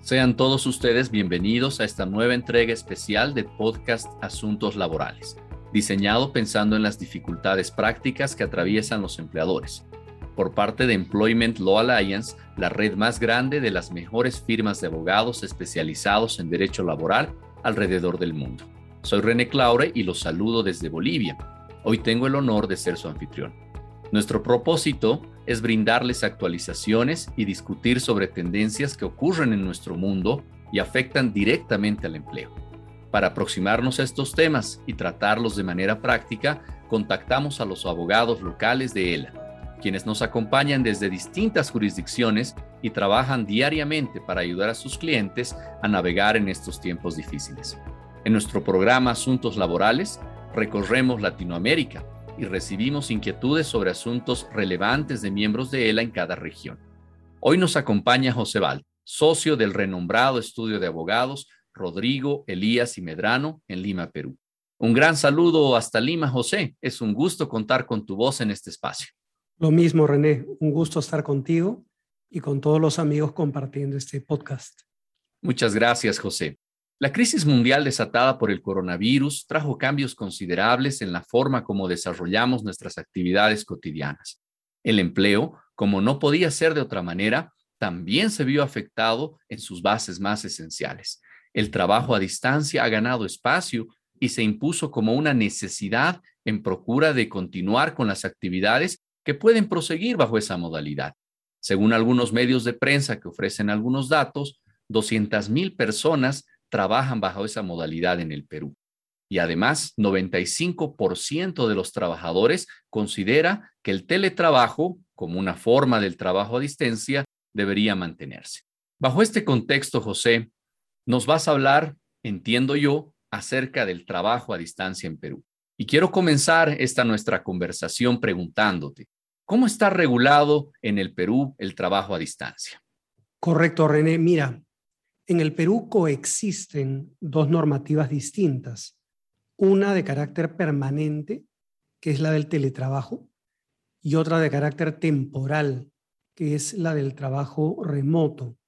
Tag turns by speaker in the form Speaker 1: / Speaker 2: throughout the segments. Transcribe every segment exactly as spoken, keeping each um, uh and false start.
Speaker 1: Sean todos ustedes bienvenidos a esta nueva entrega especial de podcast Asuntos Laborales, diseñado pensando en las dificultades prácticas que atraviesan los empleadores, por parte de Employment Law Alliance, la red más grande de las mejores firmas de abogados especializados en derecho laboral alrededor del mundo. Soy René Claure y los saludo desde Bolivia. Hoy tengo el honor de ser su anfitrión. Nuestro propósito es brindarles actualizaciones y discutir sobre tendencias que ocurren en nuestro mundo y afectan directamente al empleo. Para aproximarnos a estos temas y tratarlos de manera práctica, contactamos a los abogados locales de ELA, quienes nos acompañan desde distintas jurisdicciones y trabajan diariamente para ayudar a sus clientes a navegar en estos tiempos difíciles. En nuestro programa Asuntos Laborales, recorremos Latinoamérica y recibimos inquietudes sobre asuntos relevantes de miembros de ELA en cada región. Hoy nos acompaña José Val, socio del renombrado estudio de abogados Rodrigo, Elías y Medrano en Lima, Perú. Un gran saludo hasta Lima, José. Es un gusto contar con tu voz en este espacio.
Speaker 2: Lo mismo, René. Un gusto estar contigo y con todos los amigos compartiendo este podcast.
Speaker 1: Muchas gracias, José. La crisis mundial desatada por el coronavirus trajo cambios considerables en la forma como desarrollamos nuestras actividades cotidianas. El empleo, como no podía ser de otra manera, también se vio afectado en sus bases más esenciales. El trabajo a distancia ha ganado espacio y se impuso como una necesidad en procura de continuar con las actividades que pueden proseguir bajo esa modalidad. Según algunos medios de prensa que ofrecen algunos datos, doscientas mil personas trabajan bajo esa modalidad en el Perú. Y además, noventa y cinco por ciento de los trabajadores considera que el teletrabajo, como una forma del trabajo a distancia, debería mantenerse. Bajo este contexto, José, nos vas a hablar, entiendo yo, acerca del trabajo a distancia en Perú. Y quiero comenzar esta nuestra conversación preguntándote, ¿cómo está regulado en el Perú el trabajo a distancia?
Speaker 2: Correcto, René. Mira, en el Perú coexisten dos normativas distintas. Una de carácter permanente, que es la del teletrabajo, y otra de carácter temporal, que es la del trabajo remoto.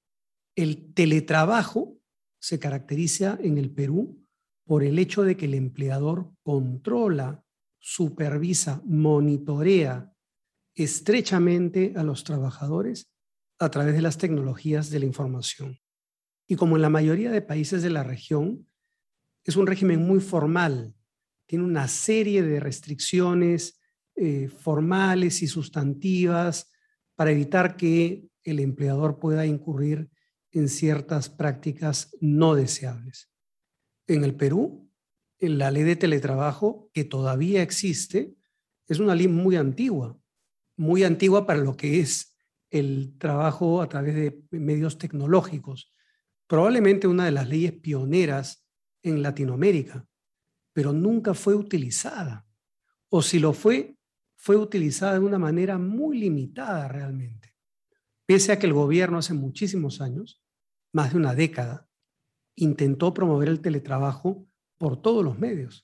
Speaker 2: El teletrabajo se caracteriza en el Perú por el hecho de que el empleador controla, supervisa, monitorea estrechamente a los trabajadores a través de las tecnologías de la información. Y como en la mayoría de países de la región, es un régimen muy formal. Tiene una serie de restricciones eh, formales y sustantivas para evitar que el empleador pueda incurrir en ciertas prácticas no deseables. En el Perú, en la ley de teletrabajo, que todavía existe, es una ley muy antigua, muy antigua para lo que es el trabajo a través de medios tecnológicos. Probablemente una de las leyes pioneras en Latinoamérica, pero nunca fue utilizada. O si lo fue, fue utilizada de una manera muy limitada realmente. Pese a que el gobierno hace muchísimos años, más de una década, intentó promover el teletrabajo por todos los medios.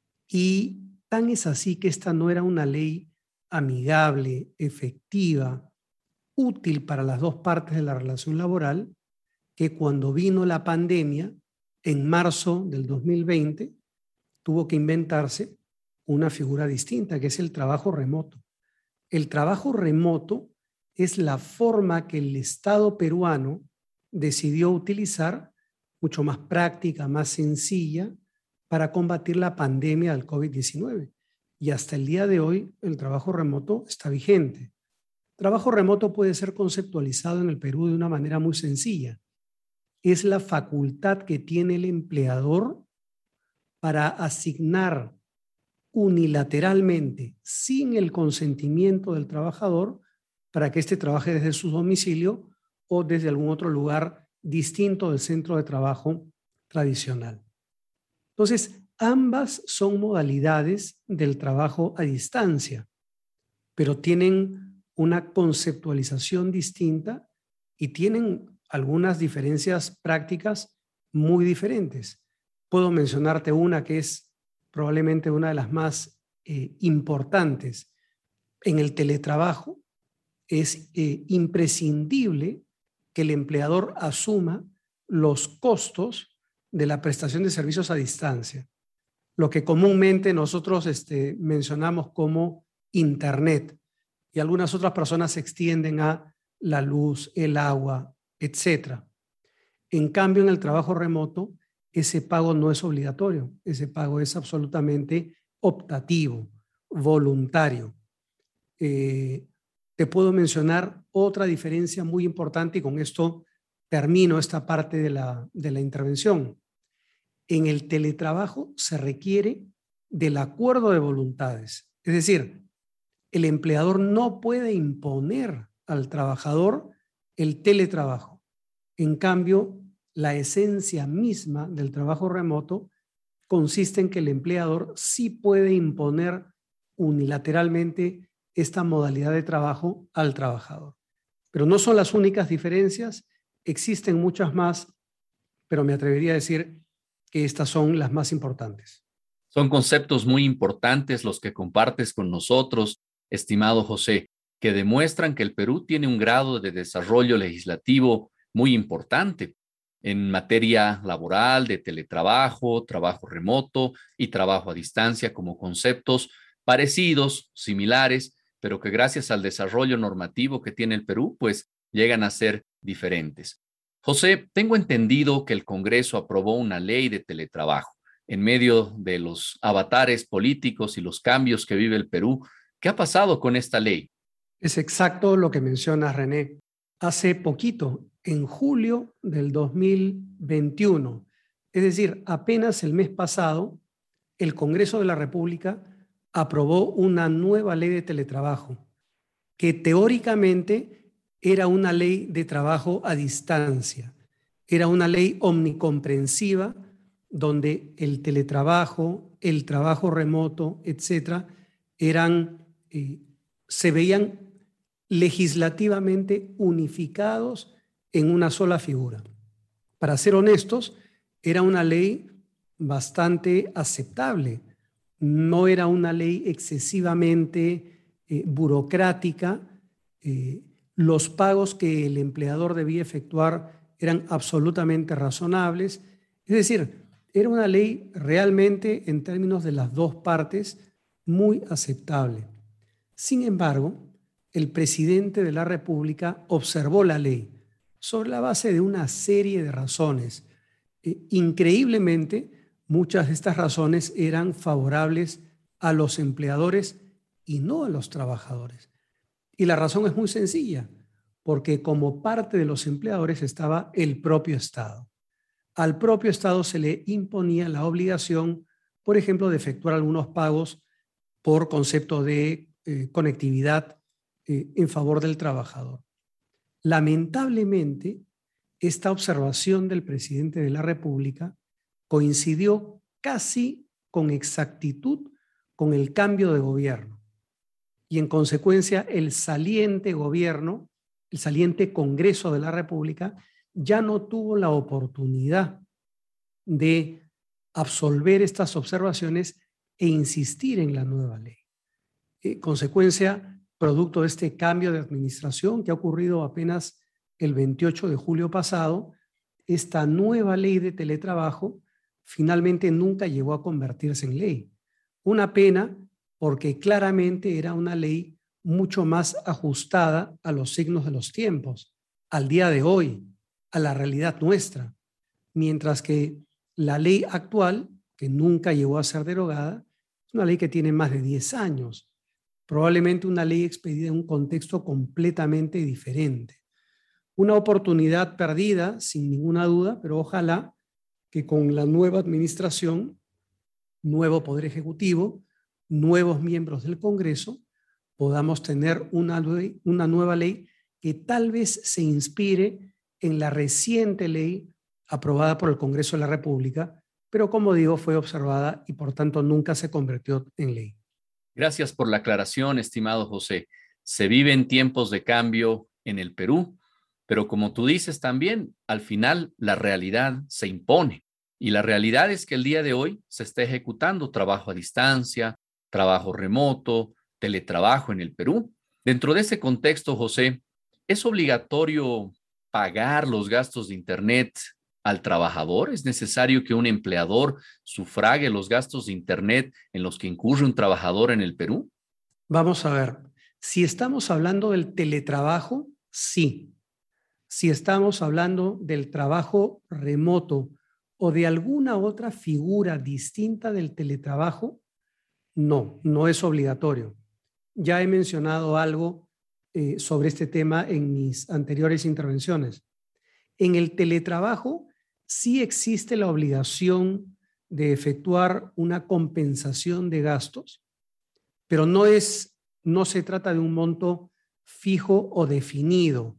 Speaker 2: Y tan es así que esta no era una ley amigable, efectiva, útil para las dos partes de la relación laboral, que cuando vino la pandemia, en marzo del dos mil veinte, tuvo que inventarse una figura distinta, que es el trabajo remoto. El trabajo remoto es la forma que el Estado peruano decidió utilizar, mucho más práctica, más sencilla, para combatir la pandemia del COVID diecinueve. Y hasta el día de hoy, el trabajo remoto está vigente. Trabajo remoto puede ser conceptualizado en el Perú de una manera muy sencilla. Es la facultad que tiene el empleador para asignar unilateralmente, sin el consentimiento del trabajador, para que éste trabaje desde su domicilio o desde algún otro lugar distinto del centro de trabajo tradicional. Entonces, ambas son modalidades del trabajo a distancia, pero tienen una conceptualización distinta y tienen algunas diferencias prácticas muy diferentes. Puedo mencionarte una que es probablemente una de las más eh, importantes. En el teletrabajo es eh, imprescindible que el empleador asuma los costos de la prestación de servicios a distancia, lo que comúnmente nosotros este, mencionamos como Internet, y algunas otras personas se extienden a la luz, el agua, etcétera. En cambio, en el trabajo remoto, ese pago no es obligatorio, ese pago es absolutamente optativo, voluntario. Eh, te puedo mencionar otra diferencia muy importante y con esto termino esta parte de la, de la intervención. En el teletrabajo se requiere del acuerdo de voluntades, es decir, el empleador no puede imponer al trabajador el teletrabajo. En cambio, la esencia misma del trabajo remoto consiste en que el empleador sí puede imponer unilateralmente esta modalidad de trabajo al trabajador. Pero no son las únicas diferencias, existen muchas más, pero me atrevería a decir que estas son las más importantes.
Speaker 1: Son conceptos muy importantes los que compartes con nosotros, estimado José, que demuestran que el Perú tiene un grado de desarrollo legislativo muy importante en materia laboral, de teletrabajo, trabajo remoto y trabajo a distancia como conceptos parecidos, similares, pero que gracias al desarrollo normativo que tiene el Perú, pues llegan a ser diferentes. José, tengo entendido que el Congreso aprobó una ley de teletrabajo en medio de los avatares políticos y los cambios que vive el Perú. ¿Qué ha pasado con esta ley?
Speaker 2: Es exacto lo que mencionas, René. Hace poquito, en julio del dos mil veintiuno, es decir, apenas el mes pasado, el Congreso de la República aprobó una nueva ley de teletrabajo, que teóricamente era una ley de trabajo a distancia, era una ley omnicomprensiva donde el teletrabajo, el trabajo remoto, etcétera, eran, eh, se veían legislativamente unificados en una sola figura. Para ser honestos, era una ley bastante aceptable. No era una ley excesivamente eh, burocrática. Eh, los pagos que el empleador debía efectuar eran absolutamente razonables. Es decir, era una ley realmente, en términos de las dos partes, muy aceptable. Sin embargo, el presidente de la República observó la ley sobre la base de una serie de razones. Eh, increíblemente, muchas de estas razones eran favorables a los empleadores y no a los trabajadores. Y la razón es muy sencilla, porque como parte de los empleadores estaba el propio Estado. Al propio Estado se le imponía la obligación, por ejemplo, de efectuar algunos pagos por concepto de eh, conectividad eh, en favor del trabajador. Lamentablemente, esta observación del presidente de la República coincidió casi con exactitud con el cambio de gobierno. Y en consecuencia, el saliente gobierno, el saliente Congreso de la República, ya no tuvo la oportunidad de absolver estas observaciones e insistir en la nueva ley. En consecuencia, producto de este cambio de administración que ha ocurrido apenas el veintiocho de julio pasado, esta nueva ley de teletrabajo finalmente nunca llegó a convertirse en ley. Una pena, porque claramente era una ley mucho más ajustada a los signos de los tiempos, al día de hoy, a la realidad nuestra, mientras que la ley actual, que nunca llegó a ser derogada, es una ley que tiene más de diez años, probablemente una ley expedida en un contexto completamente diferente. Una oportunidad perdida, sin ninguna duda, pero ojalá que con la nueva administración, nuevo Poder Ejecutivo, nuevos miembros del Congreso, podamos tener una, ley, una nueva ley que tal vez se inspire en la reciente ley aprobada por el Congreso de la República, pero como digo, fue observada y por tanto nunca se convirtió en ley.
Speaker 1: Gracias por la aclaración, estimado José. Se viven tiempos de cambio en el Perú, pero como tú dices también, al final la realidad se impone. Y la realidad es que el día de hoy se está ejecutando trabajo a distancia, trabajo remoto, teletrabajo en el Perú. Dentro de ese contexto, José, ¿es obligatorio pagar los gastos de Internet al trabajador? ¿Es necesario que un empleador sufrague los gastos de Internet en los que incurre un trabajador en el Perú?
Speaker 2: Vamos a ver, si estamos hablando del teletrabajo, sí. Si estamos hablando del trabajo remoto o de alguna otra figura distinta del teletrabajo, no, no es obligatorio. Ya he mencionado algo eh, sobre este tema en mis anteriores intervenciones. En el teletrabajo sí existe la obligación de efectuar una compensación de gastos, pero no es, no se trata de un monto fijo o definido.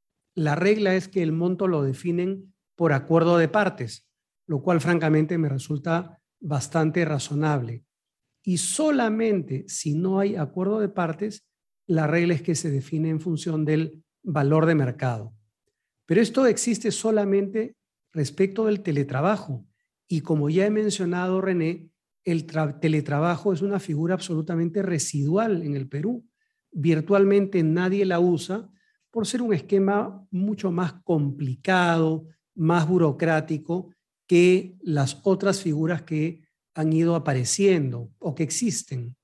Speaker 2: La regla es que el monto lo definen por acuerdo de partes, lo cual francamente me resulta bastante razonable. Y solamente si no hay acuerdo de partes, la regla es que se define en función del valor de mercado. Pero esto existe solamente respecto del teletrabajo. Y como ya he mencionado, René, el teletrabajo es una figura absolutamente residual en el Perú. Virtualmente nadie la usa por ser un esquema mucho más complicado, más burocrático que las otras figuras que han ido apareciendo o que existen.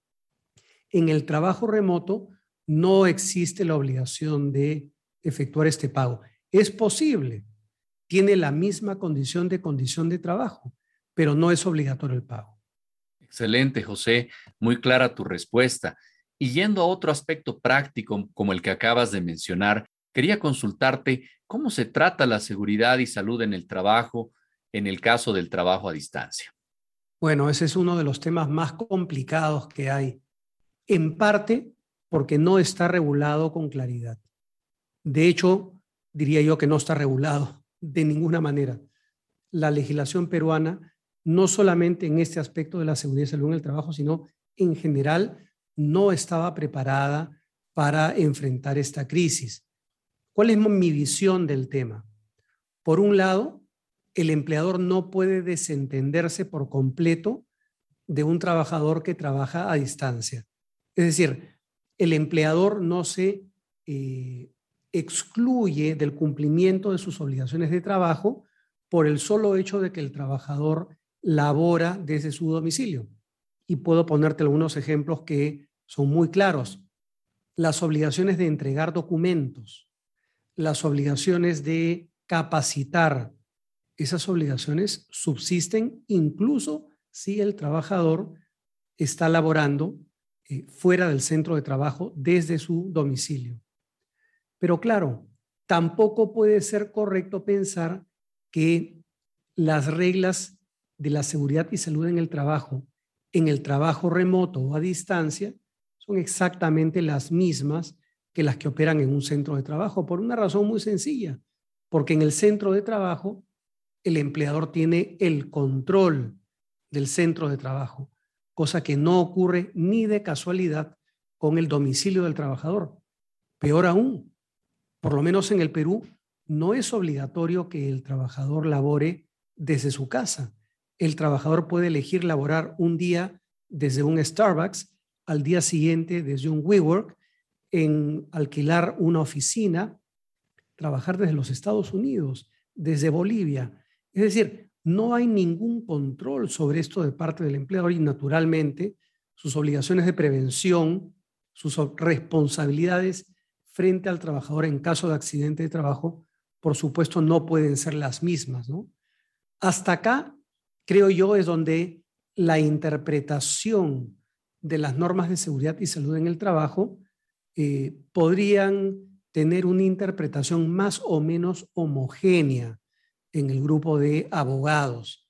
Speaker 2: En el trabajo remoto no existe la obligación de efectuar este pago. Es posible, tiene la misma condición de condición de trabajo, pero no es obligatorio el pago.
Speaker 1: Excelente, José. Muy clara tu respuesta. Y yendo a otro aspecto práctico como el que acabas de mencionar, quería consultarte cómo se trata la seguridad y salud en el trabajo en el caso del trabajo a distancia.
Speaker 2: Bueno, ese es uno de los temas más complicados que hay, en parte porque no está regulado con claridad. De hecho, diría yo que no está regulado de ninguna manera. La legislación peruana, no solamente en este aspecto de la seguridad y salud en el trabajo, sino en general, no estaba preparada para enfrentar esta crisis. ¿Cuál es mi visión del tema? Por un lado, el empleador no puede desentenderse por completo de un trabajador que trabaja a distancia. Es decir, el empleador no se eh, excluye del cumplimiento de sus obligaciones de trabajo por el solo hecho de que el trabajador labora desde su domicilio. Y puedo ponerte algunos ejemplos que son muy claros. Las obligaciones de entregar documentos, las obligaciones de capacitar, esas obligaciones subsisten incluso si el trabajador está laborando eh, fuera del centro de trabajo desde su domicilio. Pero claro, tampoco puede ser correcto pensar que las reglas de la seguridad y salud en el trabajo, en el trabajo remoto o a distancia, son exactamente las mismas que las que operan en un centro de trabajo, por una razón muy sencilla, porque en el centro de trabajo el empleador tiene el control del centro de trabajo, cosa que no ocurre ni de casualidad con el domicilio del trabajador. Peor aún, por lo menos en el Perú, no es obligatorio que el trabajador labore desde su casa. El trabajador puede elegir laborar un día desde un Starbucks, al día siguiente desde un WeWork, en alquilar una oficina, trabajar desde los Estados Unidos, desde Bolivia. Es decir, no hay ningún control sobre esto de parte del empleador y naturalmente sus obligaciones de prevención, sus responsabilidades frente al trabajador en caso de accidente de trabajo, por supuesto, no pueden ser las mismas, ¿no? Hasta acá, creo yo, es donde la interpretación de las normas de seguridad y salud en el trabajo eh, podrían tener una interpretación más o menos homogénea en el grupo de abogados.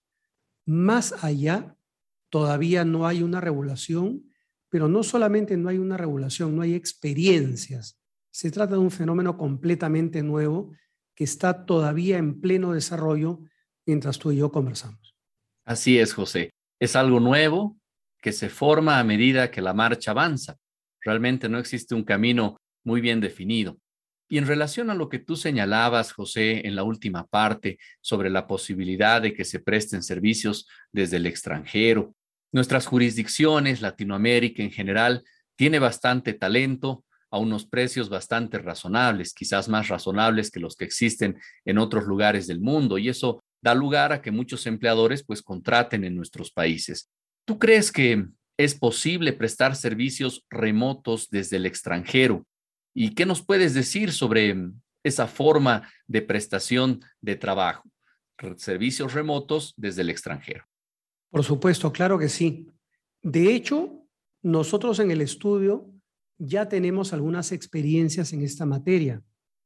Speaker 2: Más allá, todavía no hay una regulación, pero no solamente no hay una regulación, no hay experiencias. Se trata de un fenómeno completamente nuevo que está todavía en pleno desarrollo mientras tú y yo conversamos.
Speaker 1: Así es, José. Es algo nuevo que se forma a medida que la marcha avanza. Realmente no existe un camino muy bien definido. Y en relación a lo que tú señalabas, José, en la última parte, sobre la posibilidad de que se presten servicios desde el extranjero, nuestras jurisdicciones, Latinoamérica en general, tiene bastante talento a unos precios bastante razonables, quizás más razonables que los que existen en otros lugares del mundo, y eso da lugar a que muchos empleadores pues contraten en nuestros países. ¿Tú crees que es posible prestar servicios remotos desde el extranjero? ¿Y qué nos puedes decir sobre esa forma de prestación de trabajo? Servicios remotos desde el extranjero.
Speaker 2: Por supuesto, claro que sí. De hecho, nosotros en el estudio ya tenemos algunas experiencias en esta materia.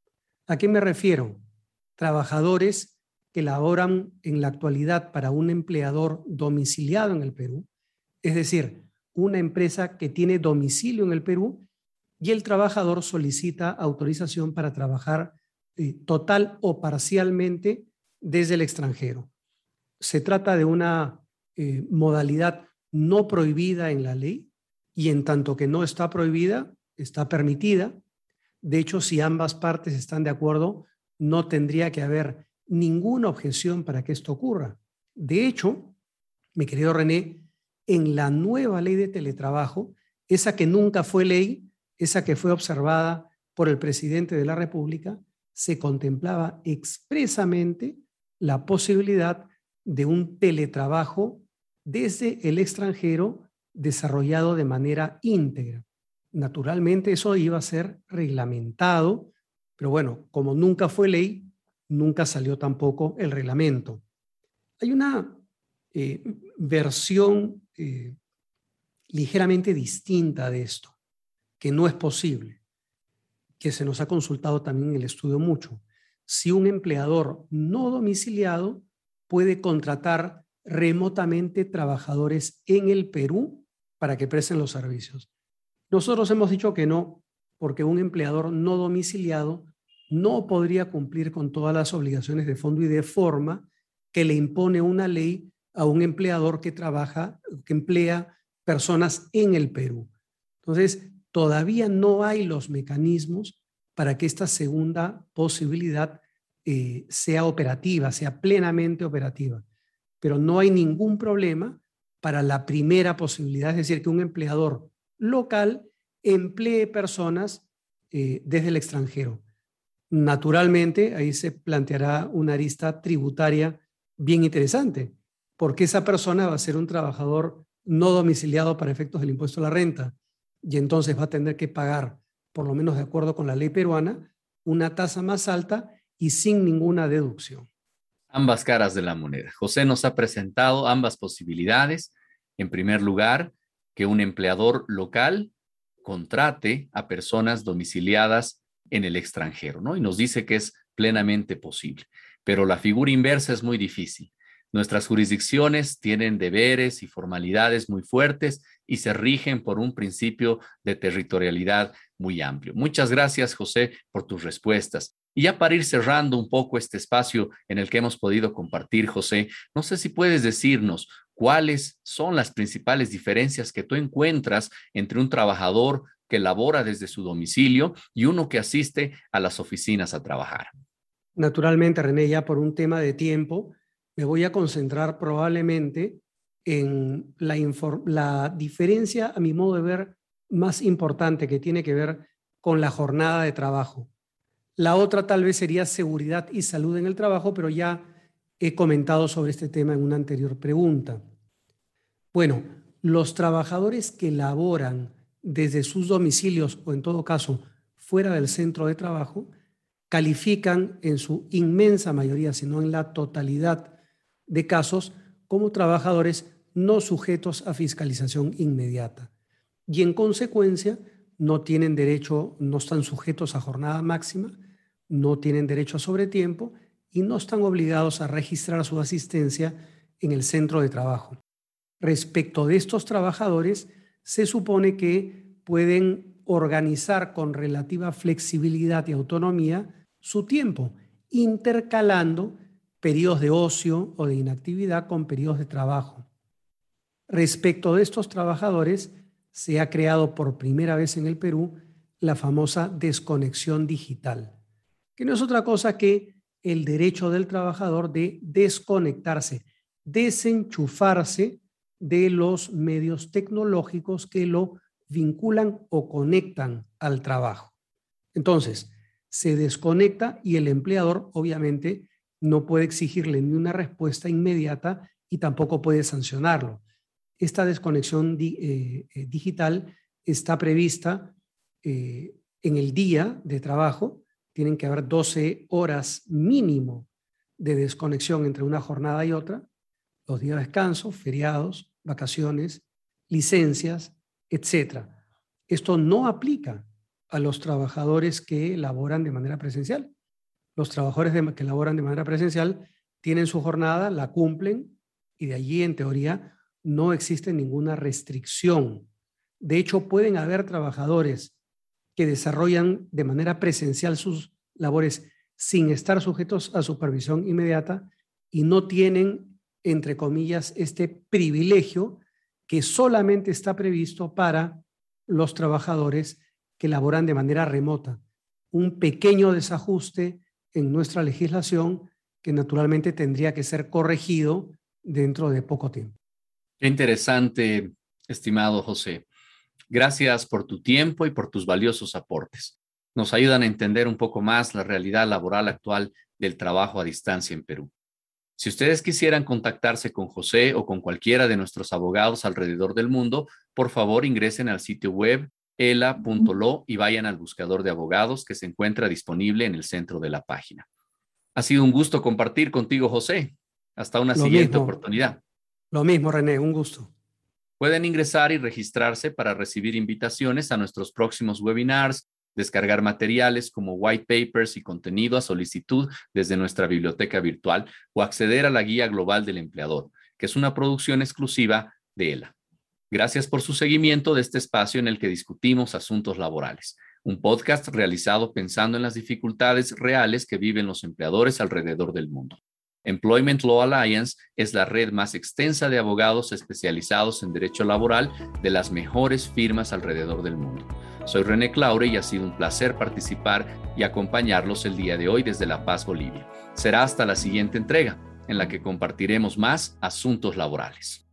Speaker 2: ¿A qué me refiero? Trabajadores que laboran en la actualidad para un empleador domiciliado en el Perú, es decir, una empresa que tiene domicilio en el Perú y el trabajador solicita autorización para trabajar eh, total o parcialmente desde el extranjero. Se trata de una eh, modalidad no prohibida en la ley y en tanto que no está prohibida, está permitida. De hecho, si ambas partes están de acuerdo, no tendría que haber ninguna objeción para que esto ocurra. De hecho, mi querido René, en la nueva ley de teletrabajo, esa que nunca fue ley, esa que fue observada por el presidente de la República, se contemplaba expresamente la posibilidad de un teletrabajo desde el extranjero desarrollado de manera íntegra. Naturalmente eso iba a ser reglamentado, pero bueno, como nunca fue ley, nunca salió tampoco el reglamento. Hay una eh, versión eh, ligeramente distinta de esto, que no es posible, que se nos ha consultado también en el estudio mucho. Si un empleador no domiciliado puede contratar remotamente trabajadores en el Perú para que presten los servicios. Nosotros hemos dicho que no, porque un empleador no domiciliado no podría cumplir con todas las obligaciones de fondo y de forma que le impone una ley a un empleador que trabaja, que emplea personas en el Perú. Entonces, todavía no hay los mecanismos para que esta segunda posibilidad eh, sea operativa, sea plenamente operativa. Pero no hay ningún problema para la primera posibilidad, es decir, que un empleador local emplee personas eh, desde el extranjero. Naturalmente, ahí se planteará una arista tributaria bien interesante, porque esa persona va a ser un trabajador no domiciliado para efectos del impuesto a la renta y entonces va a tener que pagar, por lo menos de acuerdo con la ley peruana, una tasa más alta y sin ninguna deducción.
Speaker 1: Ambas caras de la moneda. José nos ha presentado ambas posibilidades. En primer lugar, que un empleador local contrate a personas domiciliadas en el extranjero, ¿no? Y nos dice que es plenamente posible. Pero la figura inversa es muy difícil. Nuestras jurisdicciones tienen deberes y formalidades muy fuertes y se rigen por un principio de territorialidad muy amplio. Muchas gracias, José, por tus respuestas. Y ya para ir cerrando un poco este espacio en el que hemos podido compartir, José, no sé si puedes decirnos cuáles son las principales diferencias que tú encuentras entre un trabajador que labora desde su domicilio y uno que asiste a las oficinas a trabajar.
Speaker 2: Naturalmente, René, ya por un tema de tiempo, me voy a concentrar probablemente en la, la diferencia, a mi modo de ver, más importante que tiene que ver con la jornada de trabajo. La otra tal vez sería seguridad y salud en el trabajo, pero ya he comentado sobre este tema en una anterior pregunta. Bueno, los trabajadores que laboran desde sus domicilios o en todo caso fuera del centro de trabajo califican en su inmensa mayoría, si no en la totalidad de casos, como trabajadores no sujetos a fiscalización inmediata y en consecuencia no tienen derecho, no están sujetos a jornada máxima, no tienen derecho a sobretiempo y no están obligados a registrar su asistencia en el centro de trabajo. Respecto de estos trabajadores, se supone que pueden organizar con relativa flexibilidad y autonomía su tiempo, intercalando periodos de ocio o de inactividad con periodos de trabajo. Respecto de estos trabajadores, se ha creado por primera vez en el Perú la famosa desconexión digital, que no es otra cosa que el derecho del trabajador de desconectarse, desenchufarse de los medios tecnológicos que lo vinculan o conectan al trabajo. Entonces, se desconecta y el empleador obviamente no puede exigirle ni una respuesta inmediata y tampoco puede sancionarlo. Esta desconexión di, eh, eh, digital está prevista eh, en el día de trabajo. Tienen que haber doce horas mínimo de desconexión entre una jornada y otra, los días de descanso, feriados, vacaciones, licencias, etcétera. Esto no aplica a los trabajadores que laboran de manera presencial. Los trabajadores de, que laboran de manera presencial tienen su jornada, la cumplen y de allí, en teoría, no existe ninguna restricción. De hecho, pueden haber trabajadores que desarrollan de manera presencial sus labores sin estar sujetos a supervisión inmediata y no tienen, entre comillas, este privilegio que solamente está previsto para los trabajadores que laboran de manera remota. Un pequeño desajuste en nuestra legislación que naturalmente tendría que ser corregido dentro de poco tiempo.
Speaker 1: Qué interesante, estimado José. Gracias por tu tiempo y por tus valiosos aportes. Nos ayudan a entender un poco más la realidad laboral actual del trabajo a distancia en Perú. Si ustedes quisieran contactarse con José o con cualquiera de nuestros abogados alrededor del mundo, por favor ingresen al sitio web ela punto lo y vayan al buscador de abogados que se encuentra disponible en el centro de la página. Ha sido un gusto compartir contigo, José. Hasta una
Speaker 2: Lo
Speaker 1: siguiente
Speaker 2: mismo.
Speaker 1: oportunidad.
Speaker 2: Lo mismo, René, un gusto.
Speaker 1: Pueden ingresar y registrarse para recibir invitaciones a nuestros próximos webinars, descargar materiales como white papers y contenido a solicitud desde nuestra biblioteca virtual o acceder a la Guía Global del Empleador, que es una producción exclusiva de ELA. Gracias por su seguimiento de este espacio en el que discutimos asuntos laborales, un podcast realizado pensando en las dificultades reales que viven los empleadores alrededor del mundo. Employment Law Alliance es la red más extensa de abogados especializados en derecho laboral de las mejores firmas alrededor del mundo. Soy René Claure y ha sido un placer participar y acompañarlos el día de hoy desde La Paz, Bolivia. Será hasta la siguiente entrega, en la que compartiremos más asuntos laborales.